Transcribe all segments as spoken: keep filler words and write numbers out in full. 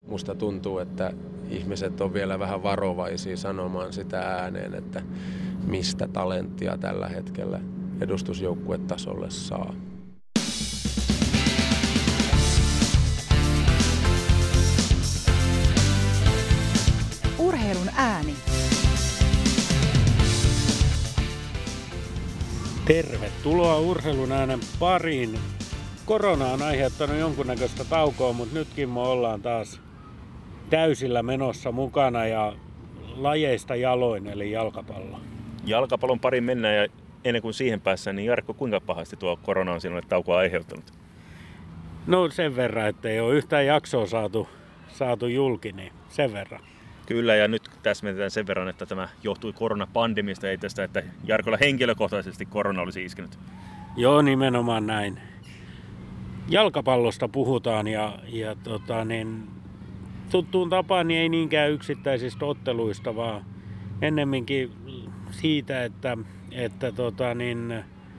Musta tuntuu, että ihmiset on vielä vähän varovaisia sanomaan sitä ääneen, että mistä talenttia tällä hetkellä edustusjoukkuetasolle saa. Urheilun ääni. Tervetuloa Urheilun äänen pariin. Korona on aiheuttanut jonkunnäköistä taukoa, mutta nytkin me ollaan taas täysillä menossa mukana ja lajeista jaloin, eli jalkapallo. Jalkapallon pariin mennään ja ennen kuin siihen päässään, niin Jarkko, kuinka pahasti tuo korona on sinulle taukoa aiheuttanut? No sen verran, että ei ole yhtään jaksoa saatu, saatu julki, niin sen verran. Kyllä, ja nyt täsmennetään sen verran, että tämä johtui koronapandemiasta, ei tästä, että Jarkolla henkilökohtaisesti korona olisi iskenyt. Joo, nimenomaan näin. Jalkapallosta puhutaan ja, ja tota, niin, tuttuun tapaan niin ei niinkään yksittäisistä otteluista, vaan ennemminkin siitä, että, että tota, niin,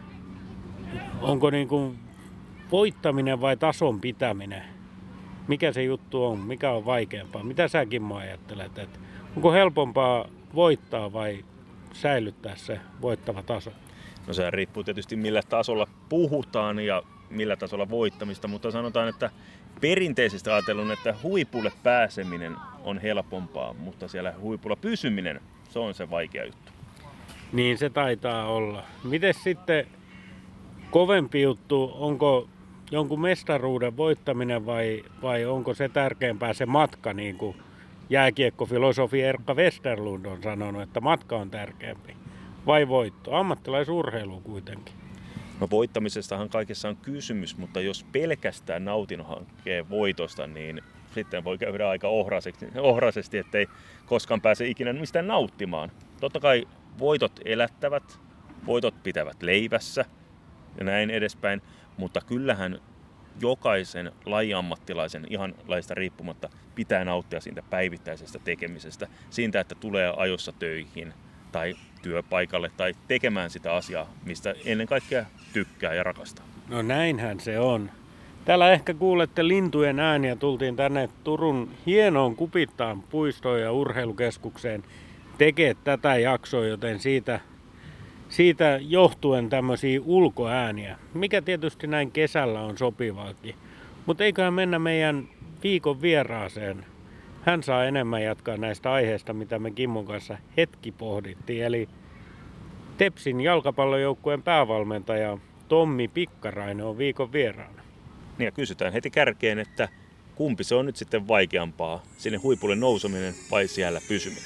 onko niin kuin voittaminen vai tason pitäminen. Mikä se juttu on? Mikä on vaikeampaa? Mitä sä, Kimmo, ajattelet? Että onko helpompaa voittaa vai säilyttää se voittava taso? No se riippuu tietysti millä tasolla puhutaan ja millä tasolla voittamista, mutta sanotaan, että perinteisesti ajatellen, että huipulle pääseminen on helpompaa, mutta siellä huipulla pysyminen, se on se vaikea juttu. Niin se taitaa olla. Mites sitten kovempi juttu, onko jonkun mestaruuden voittaminen vai, vai onko se tärkeämpää se matka, niin kuin jääkiekkofilosofi Erkka Westerlund on sanonut, että matka on tärkeämpi vai voitto? Ammattilaisurheilu kuitenkin. No voittamisestahan kaikessa on kysymys, mutta jos pelkästään nautinnon hankkeen voitosta, niin sitten voi käydä aika ohraisesti, ettei koskaan pääse ikinä mistään nauttimaan. Totta kai voitot elättävät, voitot pitävät leivässä ja näin edespäin. Mutta kyllähän jokaisen lajiammattilaisen ihan lajista riippumatta pitää nauttia siitä päivittäisestä tekemisestä. Siitä, että tulee ajoissa töihin tai työpaikalle tai tekemään sitä asiaa, mistä ennen kaikkea tykkää ja rakastaa. No näinhän se on. Täällä ehkä kuulette lintujen ääniä. Tultiin tänne Turun hienoon Kupittaan puistoon ja urheilukeskukseen tekemään tätä jaksoa, joten siitä... Siitä johtuen tämmöisiä ulkoääniä, mikä tietysti näin kesällä on sopivaakin. Mutta eiköhän mennä meidän viikon vieraaseen. Hän saa enemmän jatkaa näistä aiheista, mitä me Kimmon kanssa hetki pohdittiin. Eli Tepsin jalkapallojoukkueen päävalmentaja Tommi Pikkarainen on viikon vieraana. Niin ja kysytään heti kärkeen, että kumpi se on nyt sitten vaikeampaa, sinne huipulle nouseminen vai siellä pysyminen?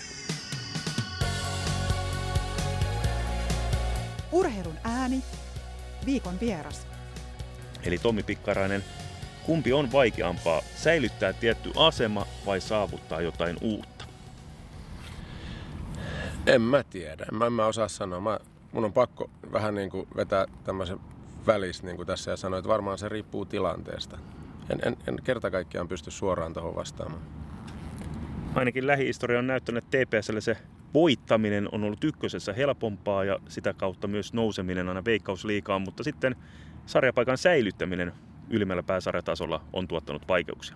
Urheilun ääni. Viikon vieras. Eli Tommi Pikkarainen, kumpi on vaikeampaa, säilyttää tietty asema vai saavuttaa jotain uutta? En mä tiedä, en mä, en mä osaa sanoa. Mä, mun on pakko vähän niin kuin vetää tämmöisen välissä niin kuin tässä ja sanoa, että varmaan se riippuu tilanteesta. En, en, en kerta kaikkiaan pysty suoraan tuohon vastaamaan. Ainakin lähihistoria on näyttänyt, että T P S:lle se voittaminen on ollut ykkösessä helpompaa ja sitä kautta myös nouseminen aina Veikkausliigaan, mutta sitten sarjapaikan säilyttäminen ylimmällä pääsarjatasolla on tuottanut vaikeuksia.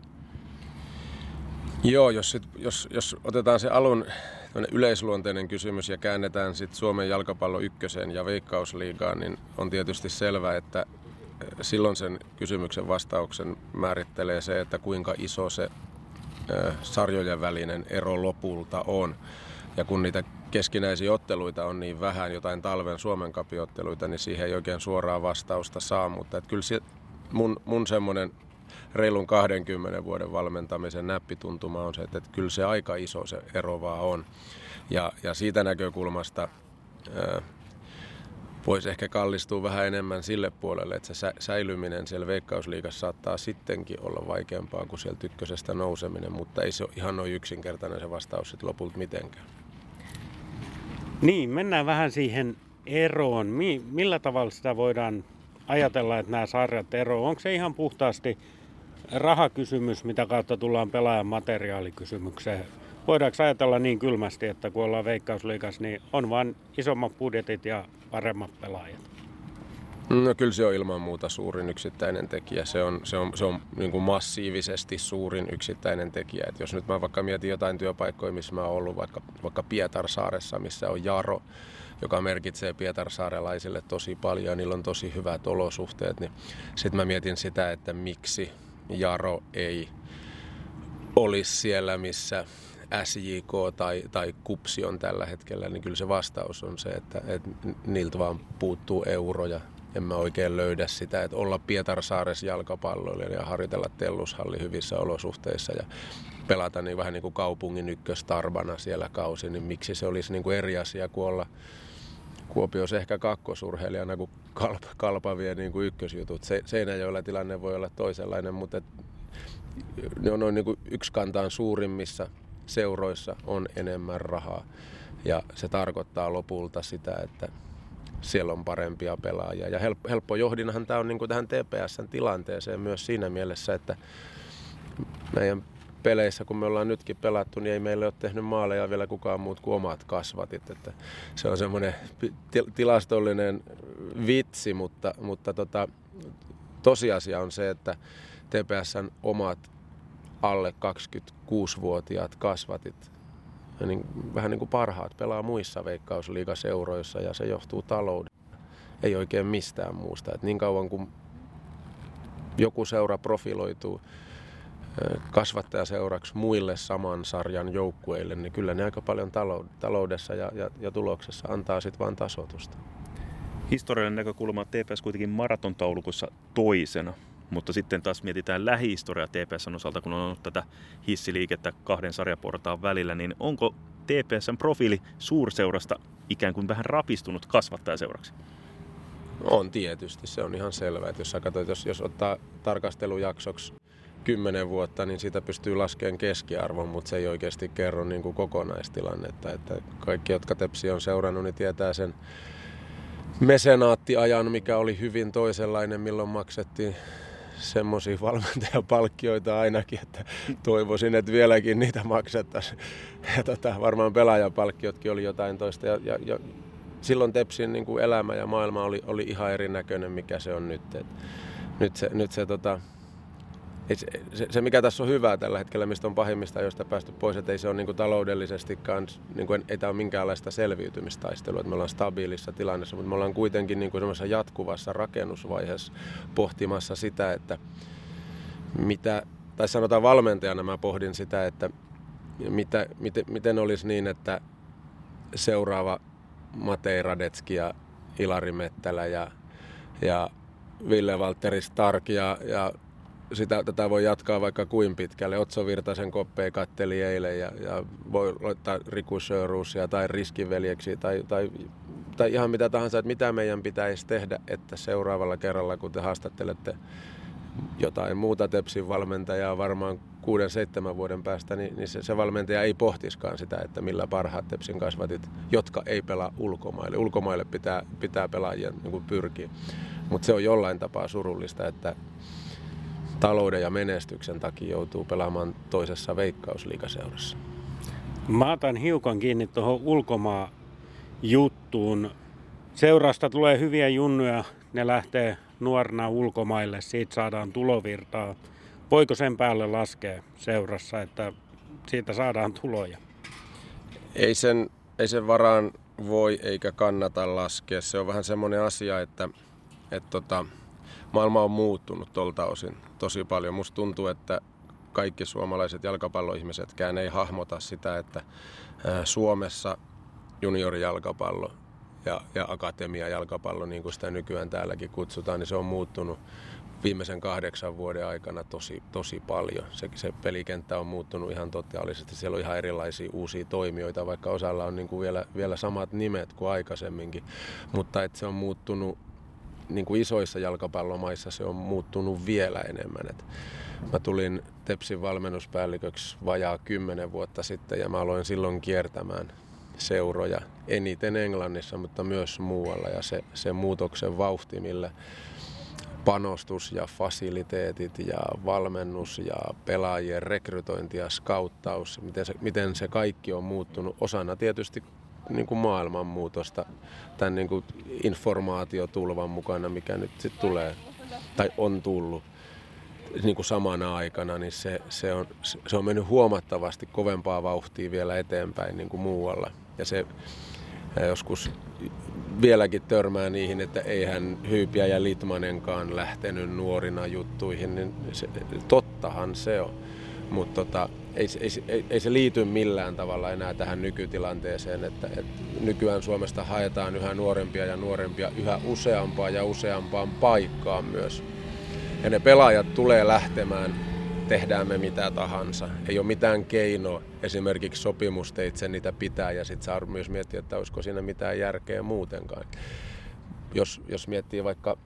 Joo, jos, sit, jos, jos otetaan se alun yleisluonteinen kysymys ja käännetään sit Suomen jalkapallo ykköseen ja Veikkausliigaan, niin on tietysti selvää, että silloin sen kysymyksen vastauksen määrittelee se, että kuinka iso se sarjojen välinen ero lopulta on. Ja kun niitä keskinäisiä otteluita on niin vähän, jotain talven Suomen Cup-otteluita, niin siihen ei oikein suoraa vastausta saa. Mutta että kyllä se, mun, mun semmoinen reilun kahdenkymmenen vuoden valmentamisen näppituntuma on se, että, että kyllä se aika iso se ero vaan on. Ja, ja siitä näkökulmasta ää, voisi ehkä kallistua vähän enemmän sille puolelle, että se säilyminen siellä Veikkausliigassa saattaa sittenkin olla vaikeampaa kuin sieltä ykkösestä nouseminen, mutta ei se ole ihan noin yksinkertainen se vastaus sitten lopulta mitenkään. Niin, mennään vähän siihen eroon. Millä tavalla sitä voidaan ajatella, että nämä sarjat eroavat? Onko se ihan puhtaasti rahakysymys, mitä kautta tullaan pelaajan materiaalikysymykseen? Voidaanko ajatella niin kylmästi, että kun ollaan Veikkausliigassa, niin on vain isommat budjetit ja paremmat pelaajat? No kyllä se on ilman muuta suurin yksittäinen tekijä. Se on, se on, se on niin kuin massiivisesti suurin yksittäinen tekijä. Et jos nyt mä vaikka mietin jotain työpaikkoja, missä mä oon ollut, vaikka, vaikka Pietarsaaressa, missä on Jaro, joka merkitsee pietarsaarelaisille tosi paljon ja niillä on tosi hyvät olosuhteet, niin sitten mä mietin sitä, että miksi Jaro ei olisi siellä, missä S J K tai, tai Kupsi on tällä hetkellä, niin kyllä se vastaus on se, että, että niiltä vaan puuttuu euroja. En mä oikein löydä sitä, että olla Pietarsaaressa jalkapalloilija ja harjoitella Tellushalli hyvissä olosuhteissa ja pelata niin vähän niin kuin kaupungin ykköstarbana siellä kausi, niin miksi se olisi niin kuin eri asia kuin olla Kuopiossa ehkä kakkosurheilijana, kun kalpa, kalpa vie niin kuin ykkösjutut. Se, Seinäjoella tilanne voi olla toisenlainen, mutta et, ne on noin niin kuin yksikantaan suurimmissa seuroissa on enemmän rahaa ja se tarkoittaa lopulta sitä, että siellä on parempia pelaajia. Ja helppo, helppo johdinnahan tämä on niin kuin tähän T P S:n tilanteeseen myös siinä mielessä, että meidän peleissä, kun me ollaan nytkin pelattu, niin ei meille ole tehnyt maaleja vielä kukaan muut kuin omat kasvatit. Että se on semmoinen tilastollinen vitsi, mutta, mutta tota, tosiasia on se, että T P S:n omat alle kaksikymmentäkuusivuotiaat kasvatit, niin vähän niin kuin parhaat, pelaa muissa veikkausliigaseuroissa ja se johtuu taloudesta, ei oikein mistään muusta. Et niin kauan kuin joku seura profiloituu kasvattajaseuraksi muille saman sarjan joukkueille, niin kyllä ne aika paljon taloudessa ja, ja, ja tuloksessa antaa sitten vaan tasoitusta. Historiallinen näkökulma T P S kuitenkin maratontaulukossa toisena, mutta sitten taas mietitään lähihistoria T P S:n osalta, kun on ollut tätä hissiliikettä kahden sarjaportaan välillä, niin onko T P S:n profiili suurseurasta ikään kuin vähän rapistunut kasvattajaseuraksi? On tietysti, se on ihan selvää, että jos sä katsot, jos, jos ottaa tarkastelujaksoksi kymmenen vuotta, niin siitä pystyy laskemaan keskiarvon, mutta se ei oikeasti kerro niin kuin kokonaistilannetta. Että kaikki, jotka Tepsiä on seurannut, niin tietää sen mesenaattiajan, mikä oli hyvin toisenlainen, milloin maksettiin semmoisia valmentajapalkkioita ainakin, että toivoisin, että vieläkin niitä maksettaisiin. Ja tota, varmaan pelaajapalkkiotkin oli jotain toista. Ja, ja, ja silloin Tepsin niin kuin elämä ja maailma oli, oli ihan erinäköinen, mikä se on nyt. Et nyt se, nyt se tota, Se, se, se mikä tässä on hyvää tällä hetkellä, mistä on pahimmista ajoista päästy pois, että ei se ole niin kuin taloudellisestikaan, niin kuin, ei tämä ole minkäänlaista selviytymistaistelua, että me ollaan stabiilissa tilanteessa, mutta me ollaan kuitenkin niin kuin semmoisessa jatkuvassa rakennusvaiheessa pohtimassa sitä, että mitä, tai sanotaan valmentajana mä pohdin sitä, että mitä, miten, miten olisi niin, että seuraava Matei Radetski ja Ilari Mettälä ja, ja Ville Valtteri Stark ja, ja Sitä, tätä voi jatkaa vaikka kuin pitkälle. Otso Virtasen koppeja katteli eilen ja, ja voi laittaa Riku Sjöruusia tai Riskiveljeksi tai, tai, tai ihan mitä tahansa, että mitä meidän pitäisi tehdä, että seuraavalla kerralla, kun te haastattelette jotain muuta Tepsin valmentajaa varmaan kuuden, seitsemän vuoden päästä, niin, niin se, se valmentaja ei pohtiskaan sitä, että millä parhaat Tepsin kasvatit, jotka ei pelaa ulkomaille. Ulkomaille pitää, pitää pelaajien niin kuin pyrkiä, mutta se on jollain tapaa surullista, että talouden ja menestyksen takia joutuu pelaamaan toisessa veikkausliigaseurassa. Mä otan hiukan kiinni tuohon ulkomaan juttuun. Seurasta tulee hyviä junnuja, ne lähtee nuorena ulkomaille, siitä saadaan tulovirtaa. Voiko sen päälle laskea seurassa, että siitä saadaan tuloja? Ei sen, ei sen varaan voi eikä kannata laskea. Se on vähän semmoinen asia, että, että tota, maailma on muuttunut tuolta osin tosi paljon. Musta tuntuu, että kaikki suomalaiset jalkapalloihmisetkään ei hahmota sitä, että Suomessa juniorijalkapallo ja, ja akatemiajalkapallo, niin kuin sitä nykyään täälläkin kutsutaan, niin se on muuttunut viimeisen kahdeksan vuoden aikana tosi, tosi paljon. Se, se pelikenttä on muuttunut ihan totaalisesti. Siellä on ihan erilaisia uusia toimijoita, vaikka osalla on niin kuin vielä, vielä samat nimet kuin aikaisemminkin. Mutta että se on muuttunut, niin kuin isoissa jalkapallomaissa se on muuttunut vielä enemmän. Et mä tulin Tepsin valmennuspäälliköksi vajaa kymmenen vuotta sitten ja mä aloin silloin kiertämään seuroja eniten Englannissa, mutta myös muualla. Ja se, se muutoksen vauhti, millä panostus ja fasiliteetit ja valmennus ja pelaajien rekrytointi ja skauttaus, miten se, miten se kaikki on muuttunut osana tietysti niin kuin maailmanmuutosta tämän niin kuin informaatiotulvan mukana, mikä nyt sitten tulee tai on tullut niin kuin samana aikana, niin se, se, on, se on mennyt huomattavasti kovempaa vauhtia vielä eteenpäin niin kuin muualla. Ja se ja joskus vieläkin törmää niihin, että eihän Hyypiä ja Litmanenkaan lähtenyt nuorina juttuihin, niin se, tottahan se on. Mutta tota, ei, ei, ei se liity millään tavalla enää tähän nykytilanteeseen, että, että nykyään Suomesta haetaan yhä nuorempia ja nuorempia yhä useampaa ja useampaan paikkaan myös. Ja ne pelaajat tulee lähtemään, tehdään me mitä tahansa. Ei ole mitään keinoa esimerkiksi sopimusteitse niitä pitää ja sitten saa myös miettiä, että olisiko siinä mitään järkeä muutenkaan. Jos, jos miettii vaikka,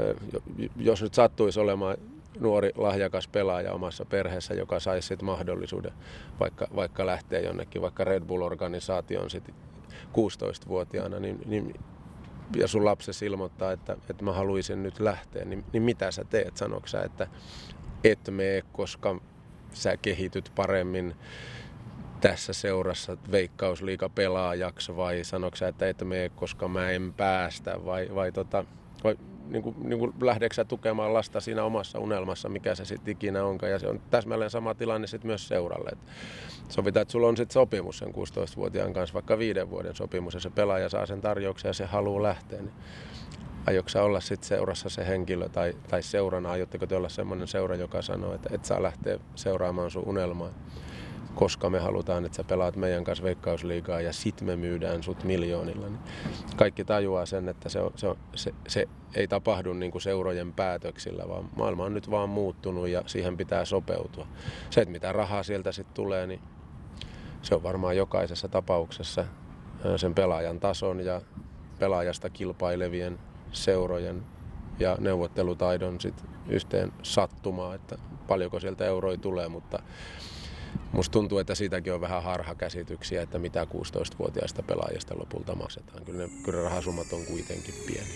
jos nyt sattuisi olemaan nuori lahjakas pelaaja omassa perheessä, joka saisi sit mahdollisuuden vaikka, vaikka lähteä jonnekin, vaikka Red Bull-organisaatioon sit kuusitoistavuotiaana, niin, niin, ja sun lapsesi ilmoittaa, että, että mä haluaisin nyt lähteä, niin, niin mitä sä teet? Sanoitko sä, että et mene, koska sä kehityt paremmin tässä seurassa Veikkausliiga-pelaajaksi, vai sanoitko sä, että et mene, koska mä en päästä, vai, vai, tota, vai niin kuin, niin kuin lähdetkö sä tukemaan lasta siinä omassa unelmassa, mikä se sitten ikinä onkaan, ja se on täsmälleen sama tilanne sitten myös seuralle. Et sovitaan, että sulla on sitten sopimus sen kuusitoistavuotiaan kanssa, vaikka viiden vuoden sopimus, ja se pelaaja saa sen tarjouksen ja se haluaa lähteä, niin aiotko sä olla sitten seurassa se henkilö tai, tai seurana, aiotteko te olla semmoinen seura, joka sanoo, että et saa lähteä seuraamaan sun unelmaa, koska me halutaan, että sä pelaat meidän kanssa Veikkausliigaa ja sit me myydään sut miljoonilla. Niin kaikki tajuaa sen, että se, on, se, on, se, se ei tapahdu niin kuin seurojen päätöksillä, vaan maailma on nyt vaan muuttunut ja siihen pitää sopeutua. Se, että mitä rahaa sieltä sitten tulee, niin se on varmaan jokaisessa tapauksessa sen pelaajan tason ja pelaajasta kilpailevien seurojen ja neuvottelutaidon sit yhteen sattumaa, että paljonko sieltä euroja tulee, mutta musta tuntuu, että siitäkin on vähän harhakäsityksiä, että mitä kuusitoistavuotiaista pelaajista lopulta maksetaan. Kyllä, ne, kyllä rahasummat on kuitenkin pieni.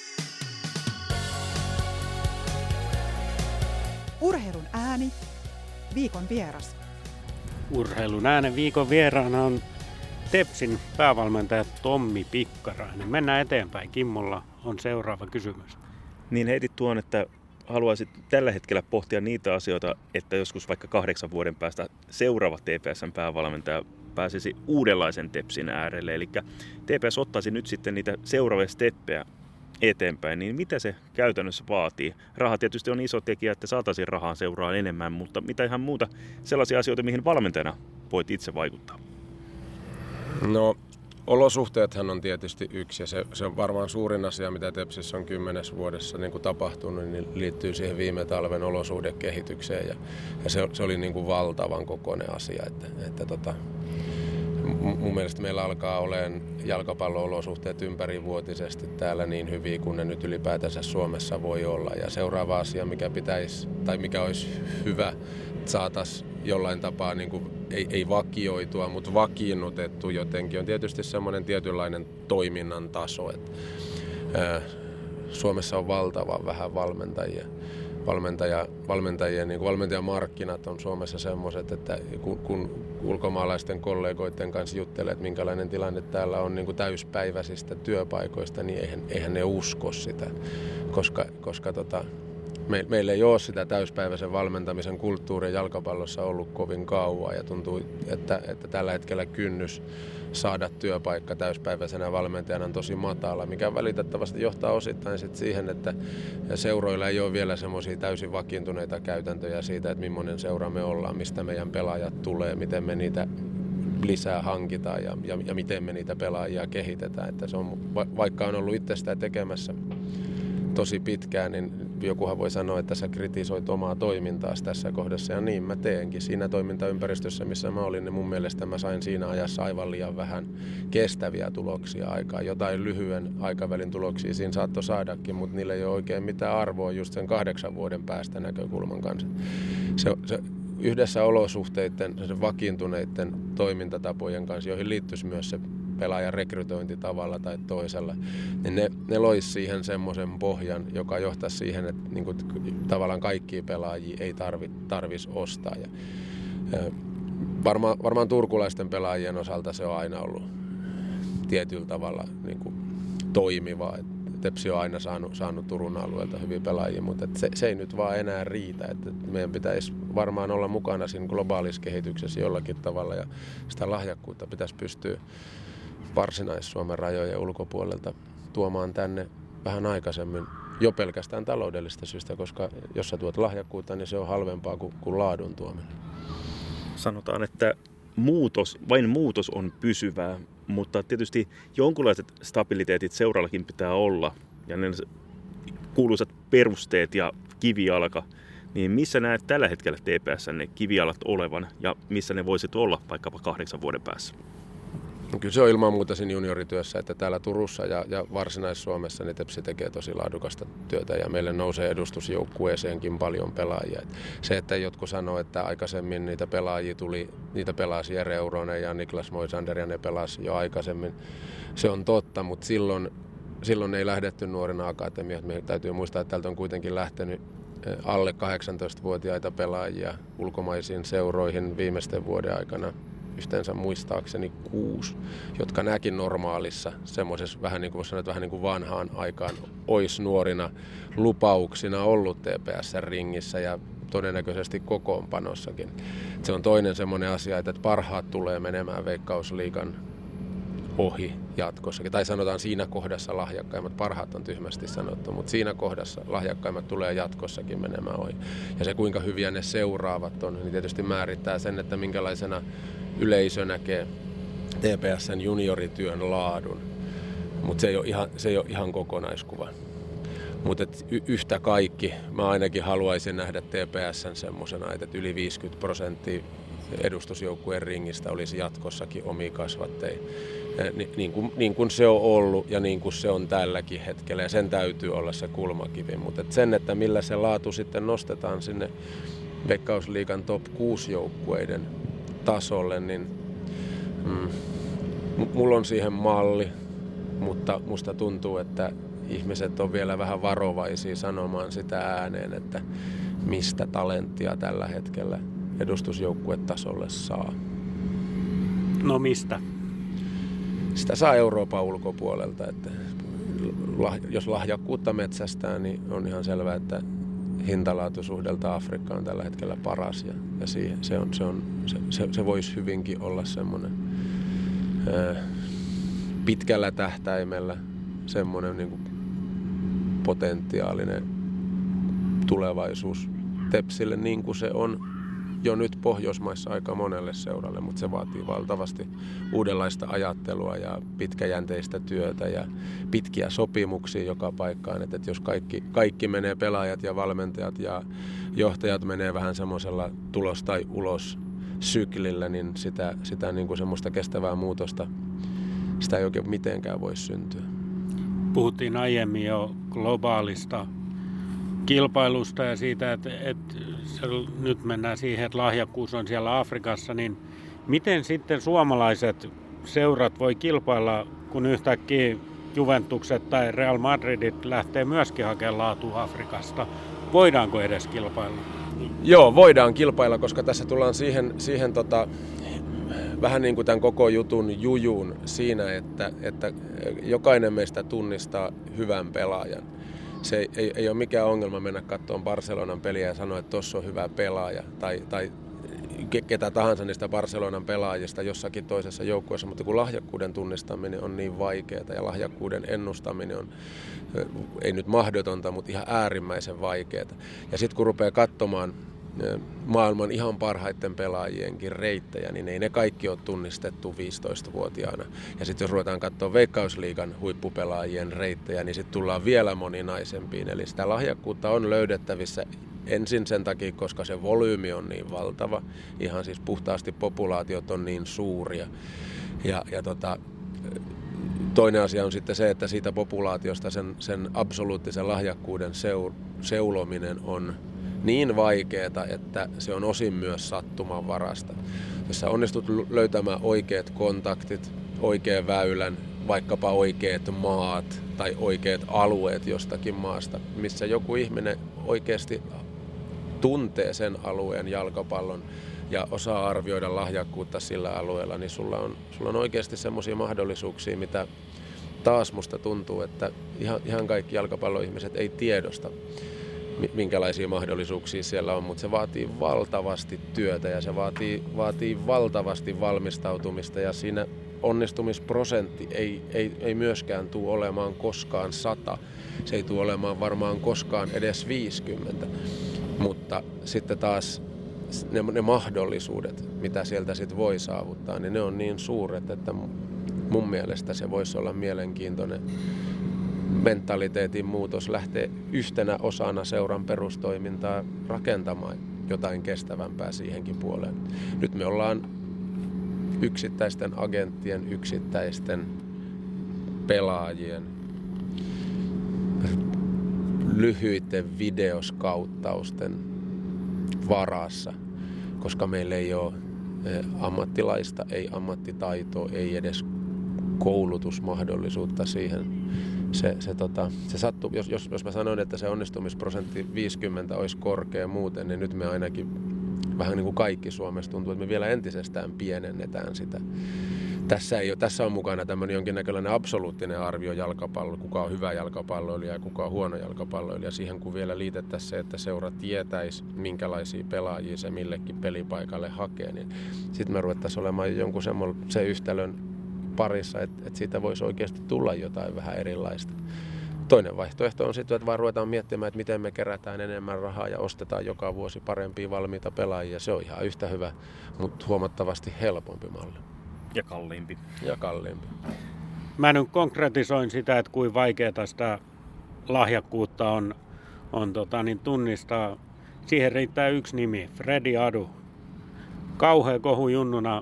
Urheilun ääni, viikon vieras. Urheilun äänen viikon vieraana on Tepsin päävalmentaja Tommi Pikkarainen. Mennään eteenpäin. Kimmolla on seuraava kysymys. Niin heitit tuon, että haluaisit tällä hetkellä pohtia niitä asioita, että joskus vaikka kahdeksan vuoden päästä seuraava T P S:n päävalmentaja pääsisi uudenlaisen Tepsin äärelle. Eli T P S ottaisi nyt sitten niitä seuraavia steppejä eteenpäin, niin mitä se käytännössä vaatii? Raha tietysti on iso tekijä, että saataisiin rahaa seuraa enemmän, mutta mitä ihan muuta sellaisia asioita, mihin valmentajana voit itse vaikuttaa? No, olosuhteethan on tietysti yksi, ja se, se on varmaan suurin asia, mitä Tepsissä on kymmenessä vuodessa niin kuin tapahtunut, niin liittyy siihen viime talven olosuhdekehitykseen, ja, ja se, se oli niin kuin valtavan kokoinen asia, että, että tota, mun mielestä meillä alkaa olemaan jalkapallo-olosuhteet ympärivuotisesti täällä niin hyviä kuin ne nyt ylipäätänsä Suomessa voi olla. Ja seuraava asia, mikä pitäisi, tai mikä olisi hyvä, että saataisiin jollain tapaa, niin kuin, ei, ei vakioitua, mutta vakiinnutettu jotenkin, on tietysti semmoinen tietynlainen toiminnan taso. Että, ää, Suomessa on valtavan vähän valmentajia. Valmentaja, valmentajien, niin kuin valmentajamarkkinat on Suomessa semmoiset, että kun, kun ulkomaalaisten kollegoiden kanssa juttelee, että minkälainen tilanne täällä on niin kuin täyspäiväisistä työpaikoista, niin eihän, eihän ne usko sitä, koska, koska tota, me, meillä ei ole sitä täyspäiväisen valmentamisen kulttuuria jalkapallossa ollut kovin kauan, ja tuntuu, että, että tällä hetkellä kynnys saada työpaikka täyspäiväisenä valmentajana on tosi matala, mikä valitettavasti johtaa osittain sit siihen, että seuroilla ei ole vielä semmoisia täysin vakiintuneita käytäntöjä siitä, että millainen seura me ollaan, mistä meidän pelaajat tulee, miten me niitä lisää hankitaan ja, ja, ja miten me niitä pelaajia kehitetään. Että se on, vaikka on ollut itse sitä tekemässä tosi pitkään, niin jokuhan voi sanoa, että sä kritisoit omaa toimintaasi tässä kohdassa, ja niin mä teenkin. Siinä toimintaympäristössä, missä mä olin, niin mun mielestä mä sain siinä ajassa aivan liian vähän kestäviä tuloksia aikaan. Jotain lyhyen aikavälin tuloksia siinä saattoi saadakin, mutta niillä ei ole oikein mitään arvoa just sen kahdeksan vuoden päästä näkökulman kanssa. Se, se yhdessä olosuhteiden, se vakiintuneiden toimintatapojen kanssa, joihin liittyisi myös se pelaajan rekrytointi tavalla tai toisella, niin ne, ne loisi siihen semmoisen pohjan, joka johtaisi siihen, että niin kuin, tavallaan kaikkia pelaajia ei tarvi, tarvitsisi ostaa. Ja, ja varmaan, varmaan turkulaisten pelaajien osalta se on aina ollut tietyllä tavalla niin kuin toimiva. Et Tepsi on aina saanut, saanut Turun alueelta hyviä pelaajia, mutta et se, se ei nyt vaan enää riitä. Et, et meidän pitäisi varmaan olla mukana siinä globaalissa kehityksessä jollakin tavalla ja sitä lahjakkuutta pitäisi pystyä Varsinais-Suomen rajojen ulkopuolelta tuomaan tänne vähän aikaisemmin jo pelkästään taloudellista syystä, koska jos sä tuot lahjakkuutta, niin se on halvempaa kuin, kuin laadun tuominen. Sanotaan, että muutos, vain muutos on pysyvää, mutta tietysti jonkunlaiset stabiliteetit seurallakin pitää olla ja ne kuuluisat perusteet ja kivijalka, niin missä näet tällä hetkellä T P S:n ne kivijalat olevan ja missä ne voisit olla vaikkapa kahdeksan vuoden päässä? No kyllä se on ilman muuta siinä juniorityössä, että täällä Turussa ja, ja Varsinais-Suomessa niin Tepsi tekee tosi laadukasta työtä ja meille nousee edustusjoukkueeseenkin paljon pelaajia. Et se, että jotkut sanoo, että aikaisemmin niitä pelaajia tuli, niitä pelasi Jere Euronen ja Niklas Moisander ja ne pelasi jo aikaisemmin, se on totta, mutta silloin, silloin ei lähdetty nuorena akatemiaan. Meidän täytyy muistaa, että täältä on kuitenkin lähtenyt alle kahdeksantoistavuotiaita pelaajia ulkomaisiin seuroihin viimeisten vuoden aikana. Yhteensä muistaakseni kuusi, jotka näkin normaalissa, semmoisessa vähän niin kuin sanoit, vähän niin kuin vanhaan aikaan, olisi nuorina lupauksina ollut T P S-ringissä ja todennäköisesti kokoonpanossakin. Se on toinen semmoinen asia, että parhaat tulee menemään Veikkausliigan ohi jatkossakin. Tai sanotaan siinä kohdassa lahjakkaimmat, parhaat on tyhmästi sanottu, mutta siinä kohdassa lahjakkaimmat tulee jatkossakin menemään ohi. Ja se kuinka hyviä ne seuraavat on, niin tietysti määrittää sen, että minkälaisena yleisö näkee T P S:n juniorityön laadun, mutta se ei ole ihan, se ei ole ihan kokonaiskuva. Mutta y- yhtä kaikki, mä ainakin haluaisin nähdä T P S:n semmosena, että yli viisikymmentä prosenttia edustusjoukkueen ringistä olisi jatkossakin omia kasvatteja. Ni, niin, kuin, niin kuin se on ollut ja niin kuin se on tälläkin hetkellä, ja sen täytyy olla se kulmakivi. Mutta et sen, että millä se laatu sitten nostetaan sinne Veikkausliigan top kuusi joukkueiden tasolle, niin mm, mulla on siihen malli, mutta musta tuntuu, että ihmiset on vielä vähän varovaisia sanomaan sitä ääneen, että mistä talenttia tällä hetkellä edustusjoukkuetasolle saa. No mistä? Sitä saa Euroopan ulkopuolelta. Että jos lahjakkuutta metsästää, niin on ihan selvää, että hintalaatusuhdelta Afrikka on tällä hetkellä paras. Ja, ja siihen, se, on, se, on, se, se, se voisi hyvinkin olla semmoinen ää, pitkällä tähtäimellä semmoinen niin kuin potentiaalinen tulevaisuus Tepsille, niin kuin se on jo nyt Pohjoismaissa aika monelle seuralle, mutta se vaatii valtavasti uudenlaista ajattelua ja pitkäjänteistä työtä ja pitkiä sopimuksia joka paikkaan. Että jos kaikki, kaikki menee, pelaajat ja valmentajat ja johtajat menee vähän semmoisella tulos tai ulos syklillä, niin sitä, sitä niin kuin semmoista kestävää muutosta, sitä ei oikein mitenkään voi syntyä. Puhuttiin aiemmin jo globaalista kilpailusta ja siitä, että, että nyt mennään siihen, että lahjakkuus on siellä Afrikassa, niin miten sitten suomalaiset seurat voi kilpailla, kun yhtäkkiä Juventukset tai Real Madridit lähtee myöskin hakemaan laatua Afrikasta? Voidaanko edes kilpailla? Joo, voidaan kilpailla, koska tässä tullaan siihen, siihen tota, vähän niin kuin tämän koko jutun jujuun siinä, että, että jokainen meistä tunnistaa hyvän pelaajan. Se ei, ei, ei ole mikään ongelma mennä katsomaan Barcelonan peliä ja sanoa, että tuossa on hyvä pelaaja tai, tai ketä tahansa niistä Barcelonan pelaajista jossakin toisessa joukkueessa, mutta kun lahjakkuuden tunnistaminen on niin vaikeaa ja lahjakkuuden ennustaminen on ei nyt mahdotonta, mutta ihan äärimmäisen vaikeaa. Ja sitten kun rupeaa katsomaan maailman ihan parhaiten pelaajienkin reittejä, niin ei ne kaikki ole tunnistettu viisitoistavuotiaana. Ja sitten jos ruvetaan katsoa Veikkausliigan huippupelaajien reittejä, niin sitten tullaan vielä moninaisempiin. Eli sitä lahjakkuutta on löydettävissä ensin sen takia, koska se volyymi on niin valtava. Ihan siis puhtaasti populaatiot on niin suuria. Ja, ja tota, toinen asia on sitten se, että siitä populaatiosta sen, sen absoluuttisen lahjakkuuden seur, seulominen on niin vaikeaa, että se on osin myös sattumanvarasta. Jos sä onnistut löytämään oikeat kontaktit, oikean väylän, vaikkapa oikeat maat tai oikeat alueet jostakin maasta, missä joku ihminen oikeasti tuntee sen alueen jalkapallon ja osaa arvioida lahjakkuutta sillä alueella, niin sulla on, sulla on oikeasti semmoisia mahdollisuuksia, mitä taas musta tuntuu, että ihan, ihan kaikki jalkapalloihmiset ei tiedosta, minkälaisia mahdollisuuksia siellä on, mutta se vaatii valtavasti työtä ja se vaatii, vaatii valtavasti valmistautumista ja siinä onnistumisprosentti ei, ei, ei myöskään tule olemaan koskaan sata. Se ei tule olemaan varmaan koskaan edes viisikymmentä, mutta sitten taas ne, ne mahdollisuudet, mitä sieltä sit voi saavuttaa, niin ne on niin suuret, että mun mielestä se voisi olla mielenkiintoinen mentaliteetin muutos lähtee yhtenä osana seuran perustoimintaa rakentamaan jotain kestävämpää siihenkin puoleen. Nyt me ollaan yksittäisten agenttien, yksittäisten pelaajien, lyhyiden videoskauttausten varassa, koska meillä ei ole ammattilaista, ei ammattitaitoa, ei edes koulutusmahdollisuutta siihen. Se, se, tota, se sattuu, jos, jos, jos mä sanoin, että se onnistumisprosentti viisikymmentä olisi korkea muuten, niin nyt me ainakin vähän niin kuin kaikki Suomessa tuntuu, että me vielä entisestään pienennetään sitä. Tässä, ei ole, tässä on mukana tämmöinen jonkinnäköinen absoluuttinen arvio jalkapallo, kuka on hyvä jalkapalloilija ja kuka on huono jalkapalloilija. Siihen kun vielä liitettäisiin se, että seura tietäisi, minkälaisia pelaajia se millekin pelipaikalle hakee, niin sitten me ruvettaisiin olemaan jonkun se yhtälön parissa, että, että siitä voisi oikeasti tulla jotain vähän erilaista. Toinen vaihtoehto on sitten, että vaan ruvetaan miettimään, että miten me kerätään enemmän rahaa ja ostetaan joka vuosi parempia valmiita pelaajia. Se on ihan yhtä hyvä, mutta huomattavasti helpompi malli. Ja kalliimpi. Ja kalliimpi. Mä nyt konkretisoin sitä, että kuinka vaikeaa sitä lahjakkuutta on, on tota, niin tunnistaa. Siihen riittää yksi nimi, Fredi Adu. Kauhea kohu junnuna.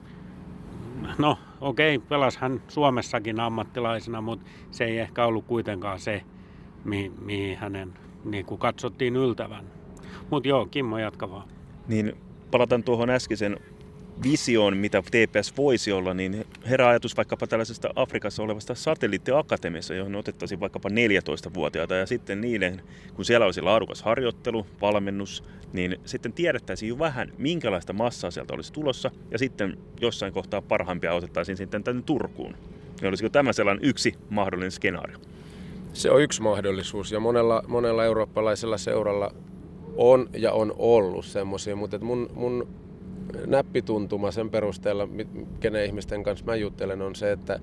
No okei, okay, pelasi hän Suomessakin ammattilaisena, mutta se ei ehkä ollut kuitenkaan se, mihin, mihin hänen niin kuin katsottiin yltävän. Mutta joo, Kimmo, jatka vaan. Niin palataan tuohon äskeisen visioon, mitä T P S voisi olla, niin herää ajatus vaikkapa tällaisesta Afrikassa olevasta satelliittiakatemiassa, johon otettaisiin vaikkapa neljätoistavuotiaita ja sitten niiden, kun siellä olisi laadukas harjoittelu, valmennus, niin sitten tiedettäisiin jo vähän, minkälaista massaa sieltä olisi tulossa ja sitten jossain kohtaa parhaimpia otettaisiin sitten tänne Turkuun. Ja olisiko tämä sellainen yksi mahdollinen skenaario? Se on yksi mahdollisuus ja monella, monella eurooppalaisella seuralla on ja on ollut semmoisia, mutta mun, mun näppituntuma sen perusteella, kenen ihmisten kanssa mä juttelen, on se, että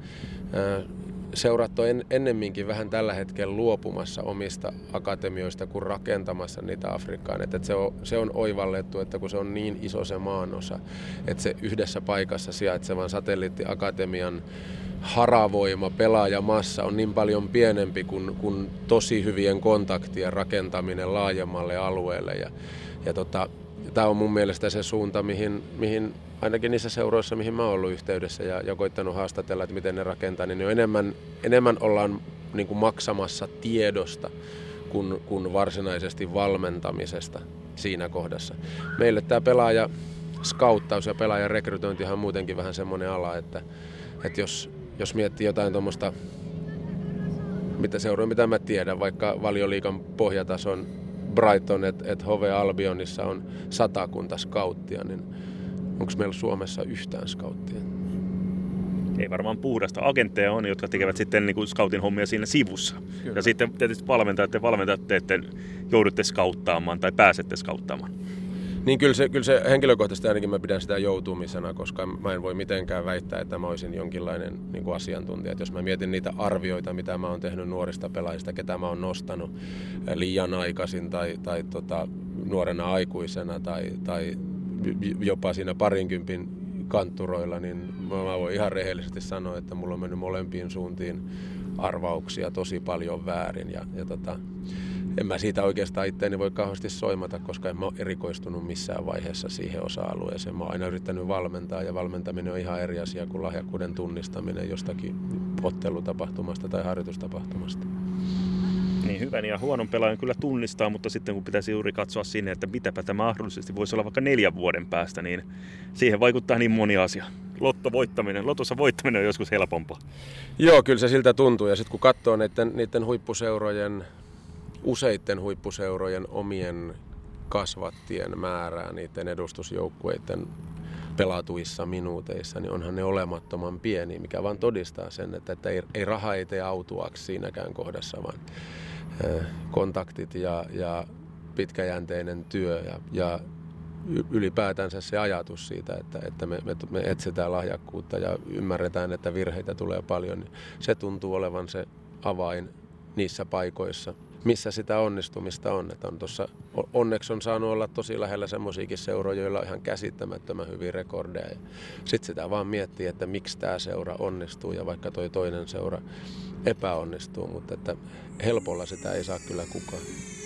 seurat on ennemminkin vähän tällä hetkellä luopumassa omista akatemioista kuin rakentamassa niitä Afrikkaan. Että se on, se on oivallettu, että kun se on niin iso se maanosa, että se yhdessä paikassa sijaitsevan satelliittiakatemian haravoima, pelaajamassa on niin paljon pienempi kuin, kuin tosi hyvien kontaktien rakentaminen laajemmalle alueelle. Ja, ja tota, tämä on mun mielestä se suunta, mihin, mihin ainakin niissä seuroissa, mihin mä oon ollut yhteydessä ja, ja koittanut haastatella, että miten ne rakentaa, niin enemmän, enemmän ollaan niin kuin maksamassa tiedosta kuin, kuin varsinaisesti valmentamisesta siinä kohdassa. Meille tämä pelaaja skauttaus ja pelaajan rekrytointi on muutenkin vähän semmoinen ala, että, että jos, jos miettii jotain tuommoista, mitä seuraa, mitä mä tiedän, vaikka Valioliigan pohjatason Brighton, että et Hove Albionissa on satakunta skauttia, niin onko meillä Suomessa yhtään skauttia? Ei varmaan puhdasta. Agentteja on, jotka tekevät sitten niin kuin scoutin hommia siinä sivussa. Kyllä. Ja sitten tietysti valmentajat ja valmentajat te joudutte skauttaamaan tai pääsette skauttaamaan. Niin kyllä se, kyllä se henkilökohtaisesti ainakin mä pidän sitä joutumisena, koska mä en voi mitenkään väittää, että mä olisin jonkinlainen niin kuin asiantuntija. Et jos mä mietin niitä arvioita, mitä mä oon tehnyt nuorista pelaajista, ketä mä oon nostanut liian aikaisin tai, tai tota, nuorena aikuisena tai, tai jopa siinä parinkympin kantturoilla, niin mä voin ihan rehellisesti sanoa, että mulla on mennyt molempiin suuntiin arvauksia tosi paljon väärin. Ja, ja tota, en mä siitä oikeastaan itseäni voi kauheasti soimata, koska en mä ole erikoistunut missään vaiheessa siihen osa-alueeseen. Mä oon aina yrittänyt valmentaa ja valmentaminen on ihan eri asia kuin lahjakkuuden tunnistaminen jostakin ottelutapahtumasta tai harjoitustapahtumasta. Niin hyvän ja huonon pelaajan kyllä tunnistaa, mutta sitten kun pitäisi juuri katsoa sinne, että mitäpä tämä mahdollisesti voisi olla vaikka neljän vuoden päästä, niin siihen vaikuttaa niin moni asia. Lotto voittaminen, lotossa voittaminen on joskus helpompaa. Joo, kyllä se siltä tuntuu. Ja sitten kun katsoo niiden, niiden huippuseurojen, useitten huippuseurojen omien kasvattien määrää niiden edustusjoukkueiden pelatuissa minuuteissa, niin onhan ne olemattoman pieni, mikä vaan todistaa sen, että, että ei, ei raha ei tee autuaksi siinäkään kohdassa, vaan kontaktit ja, ja pitkäjänteinen työ ja, ja ylipäätänsä se ajatus siitä, että, että me, me, me etsitään lahjakkuutta ja ymmärretään, että virheitä tulee paljon, niin se tuntuu olevan se avain niissä paikoissa, missä sitä onnistumista on. Että on tossa, onneksi on saanut olla tosi lähellä semmoisiakin seuroja, joilla on ihan käsittämättömän hyviä rekordeja. Sitten sitä vaan miettii, että miksi tämä seura onnistuu ja vaikka toi toinen seura epäonnistuu, mutta että helpolla sitä ei saa kyllä kukaan.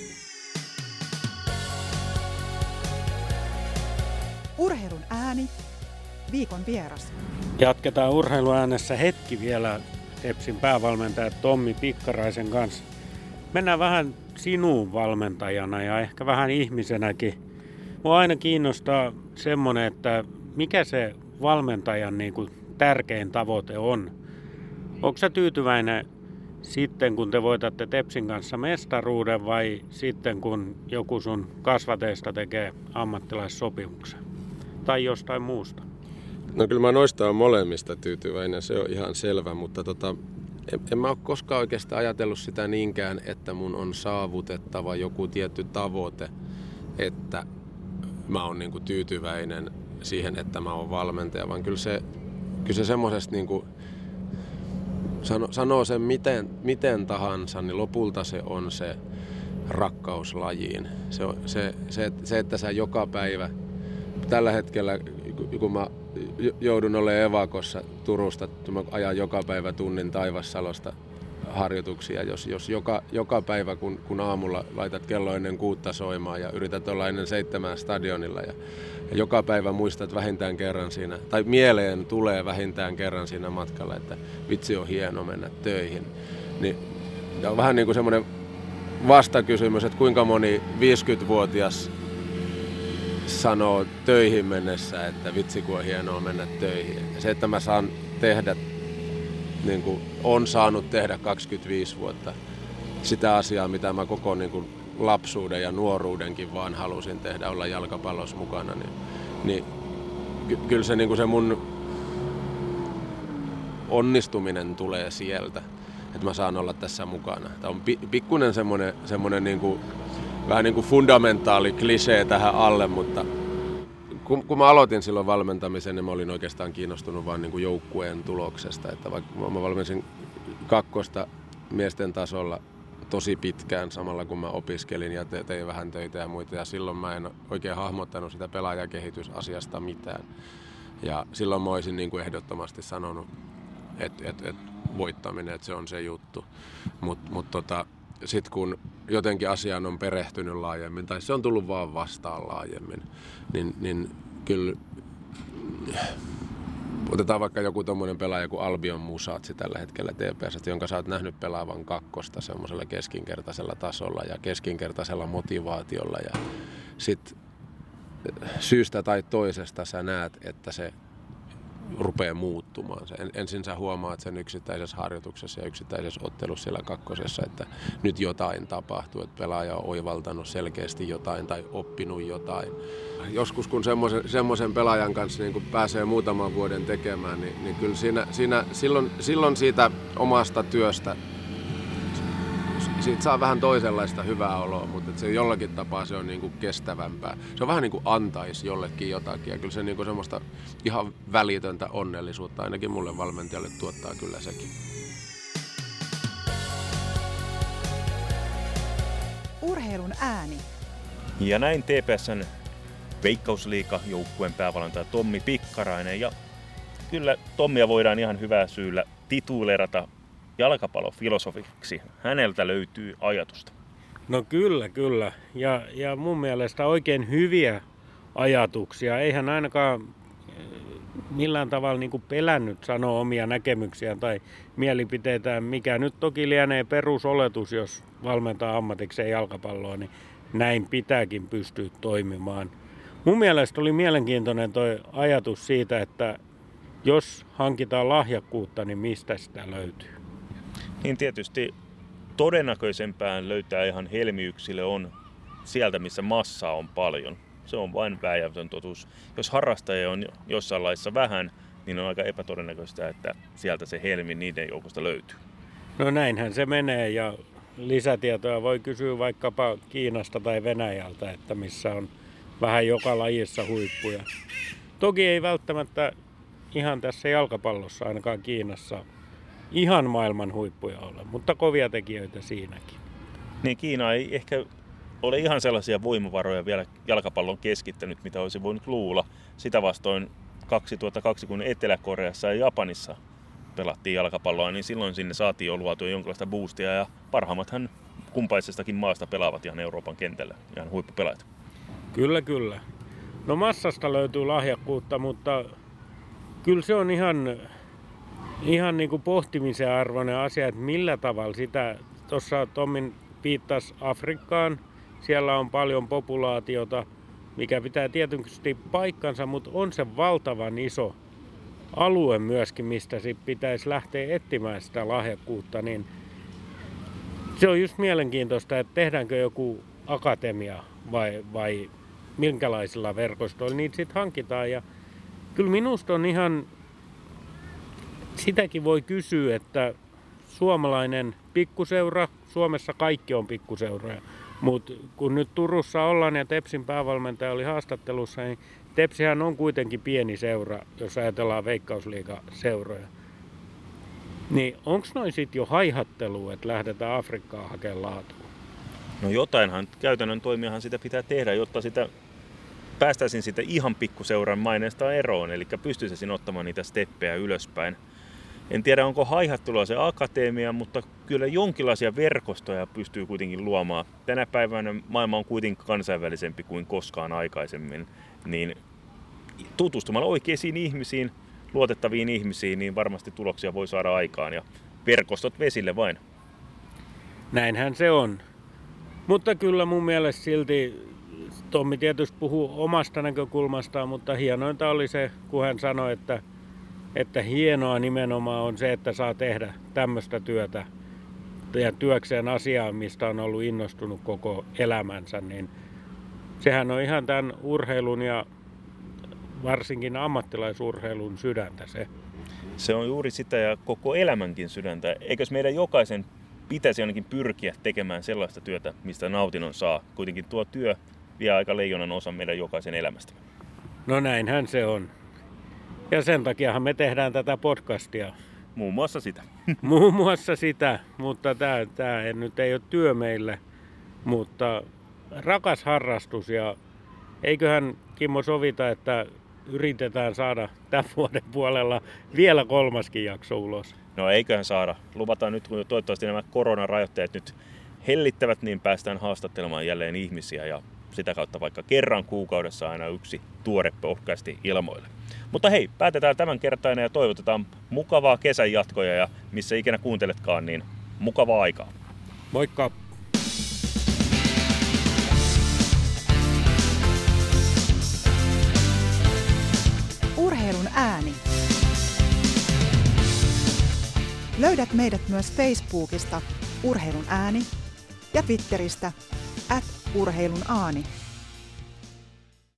Urheilun ääni, viikon vieras. Jatketaan urheiluäänessä hetki vielä Tepsin päävalmentaja Tommi Pikkaraisen kanssa. Mennään vähän sinuun valmentajana ja ehkä vähän ihmisenäkin. Mua aina kiinnostaa semmoinen, että mikä se valmentajan niin kuin tärkein tavoite on. Onko sä tyytyväinen sitten, kun te voitatte Tepsin kanssa mestaruuden vai sitten, kun joku sun kasvateista tekee ammattilaissopimuksen? Tai jostain muusta? No kyllä mä noista on molemmista tyytyväinen, se on ihan selvä, mutta tota, en, en mä ole koskaan oikeastaan ajatellut sitä niinkään, että mun on saavutettava joku tietty tavoite, että mä oon niinku tyytyväinen siihen, että mä oon valmentaja, vaan kyllä se, kyllä se semmoisesta niinku, sano, sanoo sen miten, miten tahansa, niin lopulta se on se rakkaus lajiin. Se, on, se, se, se, että sä joka päivä, tällä hetkellä kun mä joudun olemaan evakossa Turusta, mä ajan joka päivä tunnin Taivassalosta harjoituksia, jos, jos joka, joka päivä kun, kun aamulla laitat kello ennen kuutta soimaan ja yrität olla ennen seitsemää stadionilla ja, ja joka päivä muistat vähintään kerran siinä, tai mieleen tulee vähintään kerran siinä matkalla, että vitsi on hieno mennä töihin, niin on vähän niin kuin semmoinen vastakysymys, että kuinka moni viisikymmentävuotias sanoo töihin mennessä, että vitsi kun on hienoa mennä töihin. Ja se, että mä saan tehdä, niin kuin on saanut tehdä kaksikymmentäviisi vuotta sitä asiaa, mitä mä koko niin kuin lapsuuden ja nuoruudenkin vaan halusin tehdä, olla jalkapallossa mukana, niin, niin ky- kyllä se, niin kuin se mun onnistuminen tulee sieltä, että mä saan olla tässä mukana. Tämä on pi- pikkuinen semmoinen, semmoinen niin kuin vähän niin kuin fundamentaali klisee tähän alle, mutta kun, kun mä aloitin silloin valmentamisen, niin mä olin oikeastaan kiinnostunut vain niin kuin joukkueen tuloksesta. Että vaikka mä valmensin kakkosta miesten tasolla tosi pitkään samalla kun mä opiskelin ja te, tein vähän töitä ja muita. Ja silloin mä en oikein hahmottanut sitä pelaajakehitysasiasta mitään. Ja silloin mä olisin niin kuin ehdottomasti sanonut, että et, et voittaminen, että se on se juttu. Mutta mut tota, sitten kun jotenkin asiaan on perehtynyt laajemmin, tai se on tullut vaan vastaan laajemmin, niin, niin kyllä otetaan vaikka joku tommoinen pelaaja kuin Albion Musatsi tällä hetkellä T P S, jonka sä oot nähnyt pelaavan kakkosta semmoisella keskinkertaisella tasolla ja keskinkertaisella motivaatiolla. Ja sit syystä tai toisesta sä näet, että se rupeaa muuttumaan. Ensin sä huomaat sen yksittäisessä harjoituksessa ja yksittäisessä ottelussa siellä kakkosessa, että nyt jotain tapahtuu, että pelaaja on oivaltanut selkeästi jotain tai oppinut jotain. Joskus kun semmoisen, semmoisen pelaajan kanssa niin kun pääsee muutaman vuoden tekemään, niin, niin kyllä siinä, siinä, silloin, silloin siitä omasta työstä siitä saa vähän toisenlaista hyvää oloa, mutta se jollakin tapaa se on niinku kestävämpää. Se on vähän niin kuin antaisi jollekin jotakin ja kyllä se niinku semmoista ihan välitöntä onnellisuutta ainakin mulle valmentajalle tuottaa kyllä sekin. Urheilun ääni. Ja näin T P S:n Veikkausliiga-joukkueen päävalmentaja Tommi Pikkarainen. Ja kyllä Tommia voidaan ihan hyvää syyllä tituleerata jalkapallofilosofiksi. Häneltä löytyy ajatusta. No kyllä, kyllä. Ja, ja mun mielestä oikein hyviä ajatuksia. Eihän ainakaan millään tavalla niin kuin pelännyt sanoa omia näkemyksiään tai mielipiteitään, mikä nyt toki lienee perusoletus, jos valmentaa ammatikseen jalkapalloa, niin näin pitääkin pystyä toimimaan. Mun mielestä oli mielenkiintoinen toi ajatus siitä, että jos hankitaan lahjakkuutta, niin mistä sitä löytyy? Niin tietysti todennäköisempään löytää ihan helmiyksilö on sieltä, missä massaa on paljon. Se on vain vääjäämätön totuus. Jos harrastajia on jossain laissa vähän, niin on aika epätodennäköistä, että sieltä se helmi niiden joukosta löytyy. No näinhän se menee ja lisätietoja voi kysyä vaikkapa Kiinasta tai Venäjältä, että missä on vähän joka lajissa huippuja. Toki ei välttämättä ihan tässä jalkapallossa, ainakaan Kiinassa, ihan maailman huippuja ole, mutta kovia tekijöitä siinäkin. Niin Kiina ei ehkä ole ihan sellaisia voimavaroja vielä jalkapallon keskittänyt, mitä olisi voinut luulla. Sitä vastoin kaksituhattakaksi, kun Etelä-Koreassa ja Japanissa pelattiin jalkapalloa, niin silloin sinne saatiin jo luotua jonkinlaista boostia ja parhaimmathan kumpaisestakin maasta pelaavat ihan Euroopan kentällä, ihan huippupelaajat. Kyllä, kyllä. No massasta löytyy lahjakkuutta, mutta kyllä se on ihan, ihan niin kuin pohtimisen arvoinen asia, että millä tavalla sitä, tuossa Tommin viittasi Afrikkaan, siellä on paljon populaatiota, mikä pitää tietysti paikkansa, mutta on se valtavan iso alue myöskin, mistä sit pitäisi lähteä etsimään sitä lahjakkuutta, niin se on just mielenkiintoista, että tehdäänkö joku akatemia vai, vai minkälaisilla verkostoilla niitä sitten hankitaan. Ja kyllä minusta on ihan, sitäkin voi kysyä, että suomalainen pikkuseura, Suomessa kaikki on pikkuseuroja, mutta kun nyt Turussa ollaan ja Tepsin päävalmentaja oli haastattelussa, niin Tepsihän on kuitenkin pieni seura, jos ajatellaan Veikkausliiga-seuroja. Niin onko noin sitten jo haihattelua, että lähdetään Afrikkaan hakemaan laatua? No jotainhan, käytännön toimiahan sitä pitää tehdä, jotta sitä päästäisiin sitä ihan pikkuseuran maineesta eroon, eli pystyisin ottamaan niitä steppejä ylöspäin. En tiedä, onko haihattelua se akatemia, mutta kyllä jonkinlaisia verkostoja pystyy kuitenkin luomaan. Tänä päivänä maailma on kuitenkin kansainvälisempi kuin koskaan aikaisemmin, niin tutustumalla oikeisiin ihmisiin, luotettaviin ihmisiin, niin varmasti tuloksia voi saada aikaan ja verkostot vesille vain. Näinhän se on. Mutta kyllä mun mielestä silti, Tommi tietysti puhuu omasta näkökulmastaan, mutta hienointa oli se, kun hän sanoi, että, että hienoa nimenomaan on se, että saa tehdä tämmöistä työtä ja työkseen asiaa, mistä on ollut innostunut koko elämänsä, niin sehän on ihan tämän urheilun ja varsinkin ammattilaisurheilun sydäntä se. Se on juuri sitä ja koko elämänkin sydäntä. Eikös meidän jokaisen pitäisi ainakin pyrkiä tekemään sellaista työtä, mistä nautinnon saa? Kuitenkin tuo työ vie aika leijonan osan meidän jokaisen elämästä. No näinhän se on. Ja sen takiahan me tehdään tätä podcastia. Muun muassa sitä. Muun muassa sitä, mutta tämä, tämä nyt ei ole työ meille, mutta rakas harrastus ja eiköhän Kimmo sovita, että yritetään saada tämän vuoden puolella vielä kolmaskin jakso ulos. No eiköhän saada. Luvataan nyt, kun toivottavasti nämä koronarajoitteet nyt hellittävät, niin päästään haastattelemaan jälleen ihmisiä ja sitä kautta vaikka kerran kuukaudessa aina yksi tuore podcasti ilmoille. Mutta hei, päätetään tämän kertainen ja toivotetaan mukavaa kesän jatkoja ja missä ikinä kuunteletkaan, niin mukavaa aikaa. Moikka! Urheilun ääni. Löydät meidät myös Facebookista Urheilun ääni ja Twitteristä at urheilun aani.